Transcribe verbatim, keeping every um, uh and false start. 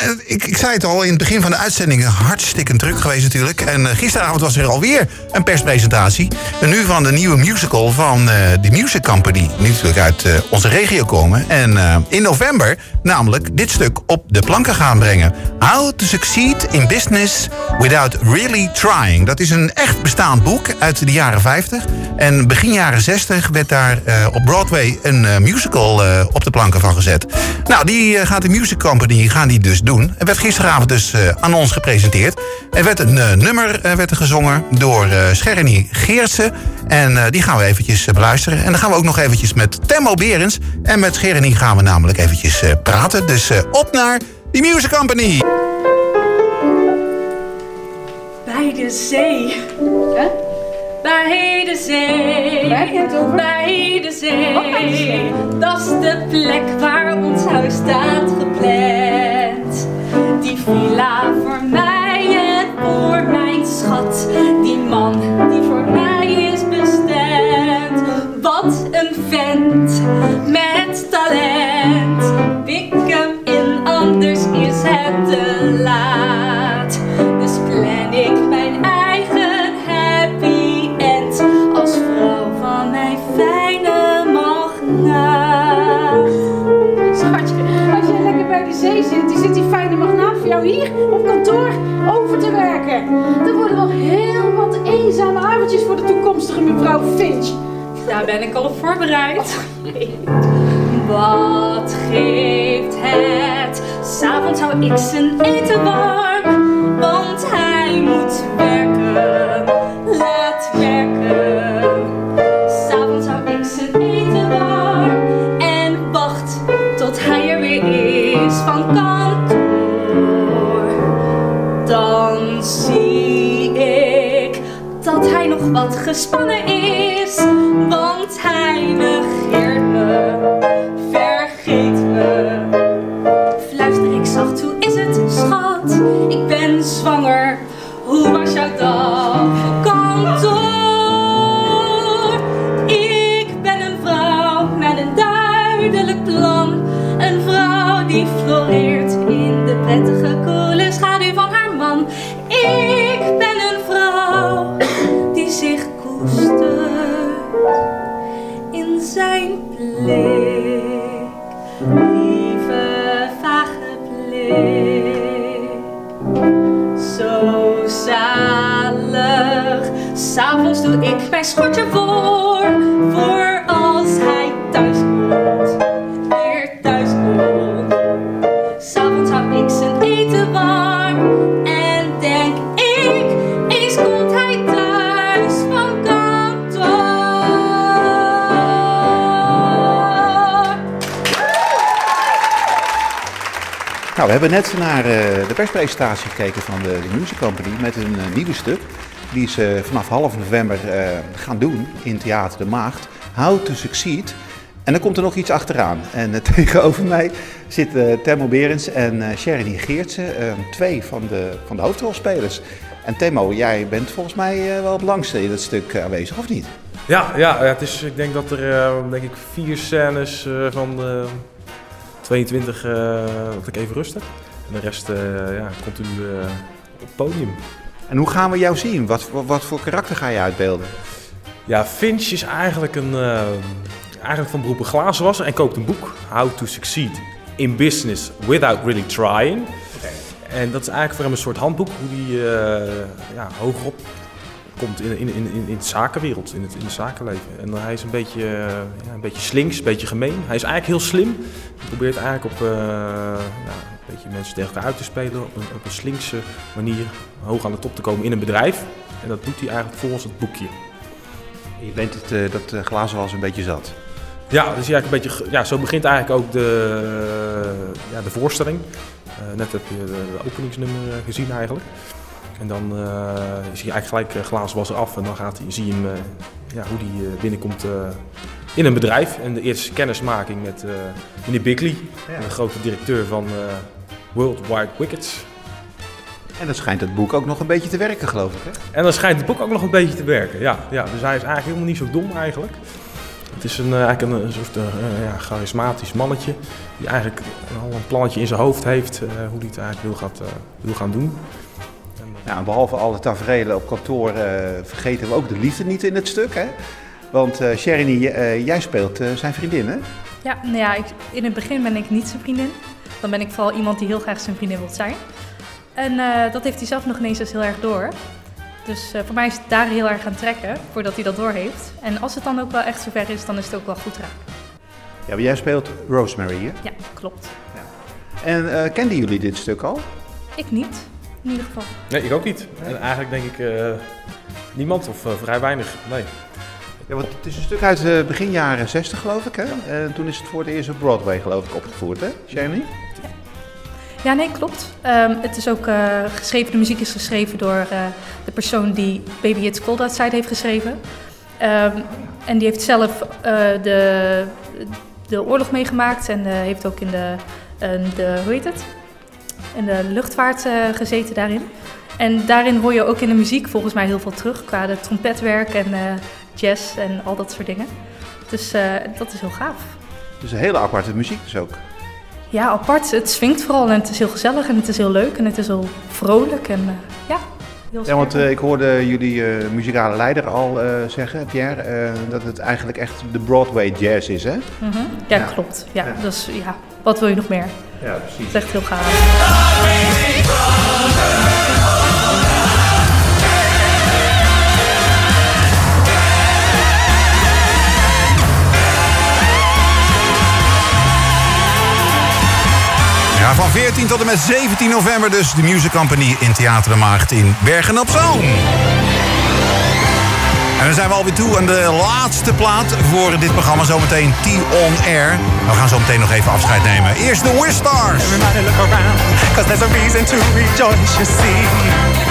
ik, ik zei het al in het begin van de uitzending. Hartstikke druk geweest natuurlijk. En uh, gisteravond was er alweer een perspresentatie. En nu van de nieuwe musical van uh, The Music Company. Die natuurlijk uit uh, onze regio komen. En uh, in november namelijk dit stuk op de planken gaan brengen. How to Succeed in Business Without Really Trying. Dat is een echt bestaand boek uit de jaren vijftig. En begin jaren zestig werd daar uh, op Broadway een uh, musical uh, op de planken van gezet. Nou, die uh, gaat de Music Company gaan die dus doen. Het werd gisteravond dus uh, aan ons gepresenteerd. Er werd een uh, nummer uh, werd er gezongen door uh, Sherenie Geertsen. En uh, die gaan we eventjes uh, beluisteren. En dan gaan we ook nog eventjes met Temmo Berends. En met Sherenie gaan we namelijk eventjes uh, praten. Dus uh, op naar die Music Company. Bij de zee. Huh? Bij de zee. Waar heb je het over? Bij de zee. Wat bij de zee? Dat is de plek waar ons huis staat gepland. Die villa voor mij en voor mijn schat. Die man die voor mij is bestemd. Wat een vent met talent. Pik hem in, anders is het te laat. Dus plan ik mijn eigen happy end als vrouw van mijn fijne magnaat. Schatje, als jij lekker bij de zee zit, die zit die fijne magnaat voor jou hier op kantoor over te werken. Dan worden wel heel wat eenzame avondjes voor de toekomstige mevrouw Finch. Daar ben ik al op voorbereid. Wat geeft het? S'avonds hou ik zijn eten warm, want hij moet werken. Laat werken. S'avonds hou ik zijn eten warm en wacht tot hij er weer is van kantoor. Dan zie ik dat hij nog wat gespannen is, want hij negeert me, vergeet me. Fluister ik zacht, hoe is het, schat? Ik ben zwanger, hoe was jouw dag op kantoor? Ik ben een vrouw met een duidelijk plan. Een vrouw die floreert in de prettige koele schaduw van haar man. Ik ben een vrouw die zich koestert in zijn blik, lieve vage blik. Zo zalig, s'avonds doe ik mijn schortje voor, voor als hij thuis komt, weer thuis komt. S'avonds hou ik zijn eten warm en denk ik, eens komt hij thuis van kantoor. Nou, we hebben net naar uh, de perspresentatie gekeken van de, de Music Company met een uh, nieuwe stuk. Die ze uh, vanaf half november uh, gaan doen in Theater de Maagd. How to Succeed. En dan komt er nog iets achteraan. En uh, tegenover mij zitten uh, Temmo Berends en uh, Sherenie Geertsen. Uh, twee van de, van de hoofdrolspelers. En Temmo, jij bent volgens mij uh, wel het langste in het stuk uh, aanwezig, of niet? Ja, ja, het is, ik denk dat er uh, denk ik vier scènes uh, van de tweeëntwintig uh, dat ik even rust heb. En de rest uh, ja, continu uh, op het podium. En hoe gaan we jou zien? Wat, wat, wat voor karakter ga je uitbeelden? Ja, Finch is eigenlijk, een, uh, eigenlijk van beroep een glazenwasser en koopt een boek. How to Succeed in Business Without Really Trying. Okay. En dat is eigenlijk voor hem een soort handboek hoe hij uh, ja, hogerop komt in, in, in, in de zakenwereld, in het, in het zakenleven. En hij is een beetje, uh, ja, een beetje slinks, een beetje gemeen. Hij is eigenlijk heel slim. Hij probeert eigenlijk op uh, ja, een beetje mensen tegen elkaar uit te spelen. Op een, op een slinkse manier hoog aan de top te komen in een bedrijf. En dat doet hij eigenlijk volgens het boekje. Je bent het, uh, dat uh, glazenwas een beetje zat. Ja, dus ja, een beetje, ja, zo begint eigenlijk ook de, uh, ja, de voorstelling. Uh, net heb je de, de openingsnummer gezien eigenlijk. En dan uh, is hij eigenlijk gelijk uh, glazenwasser af en dan gaat hij, zie je hem uh, ja, hoe hij uh, binnenkomt uh, in een bedrijf. En de eerste kennismaking met uh, meneer Bigley, ja. De grote directeur van uh, Worldwide Wickets. En dan schijnt het boek ook nog een beetje te werken, geloof ik, hè? En dan schijnt het boek ook nog een beetje te werken, ja. ja dus hij is eigenlijk helemaal niet zo dom eigenlijk. Het is een, uh, eigenlijk een, een soort uh, ja, charismatisch mannetje die eigenlijk al een plannetje in zijn hoofd heeft uh, hoe hij het eigenlijk wil, gaat, uh, wil gaan doen. Ja, behalve alle taferelen op kantoor uh, vergeten we ook de liefde niet in het stuk, hè? Want uh, Sherry, uh, jij speelt uh, zijn vriendin, hè? Ja, nou ja, ik, in het begin ben ik niet zijn vriendin. Dan ben ik vooral iemand die heel graag zijn vriendin wil zijn. En uh, dat heeft hij zelf nog ineens eens heel erg door. Dus uh, voor mij is het daar heel erg aan trekken, voordat hij dat door heeft. En als het dan ook wel echt zover is, dan is het ook wel goed raak. Ja, maar jij speelt Rosemary, hè? Ja, klopt. Ja. En uh, kenden jullie dit stuk al? Ik niet, in ieder geval. Nee, ik ook niet. En eigenlijk denk ik uh, niemand of uh, vrij weinig, nee. Ja, want het is een stuk uit uh, begin jaren zestig, geloof ik, hè? En toen is het voor het eerst op Broadway, geloof ik, opgevoerd, hè? Sherry? Ja. Ja, nee, klopt. Um, het is ook uh, geschreven, de muziek is geschreven door uh, de persoon die Baby It's Cold Outside heeft geschreven. Um, en die heeft zelf uh, de, de oorlog meegemaakt en uh, heeft ook in de, uh, de, hoe heet het? in de luchtvaart uh, gezeten daarin. En daarin hoor je ook in de muziek volgens mij heel veel terug, qua de trompetwerk en uh, jazz en al dat soort dingen. Dus uh, dat is heel gaaf. Dus een hele aparte muziek dus ook. Ja, apart. Het swingt vooral en het is heel gezellig en het is heel leuk en het is heel vrolijk en uh, ja, heel Ja, want uh, ik hoorde jullie uh, muzikale leider al uh, zeggen, Pierre, uh, dat het eigenlijk echt de Broadway jazz is, hè? Mm-hmm. Ja, ja, klopt. Ja, ja. Dus ja, wat wil je nog meer? Ja, precies. Het is echt heel gaaf. Ja, van veertien tot en met zeventien november dus de Music Company in Theater de Maagd in Bergen op Zoom. En dan zijn we alweer toe aan de laatste plaat voor dit programma, zometeen T on Air. We gaan zo meteen nog even afscheid nemen. Eerst de We're Stars. Everybody look around, 'cause there's a reason to rejoice, you see.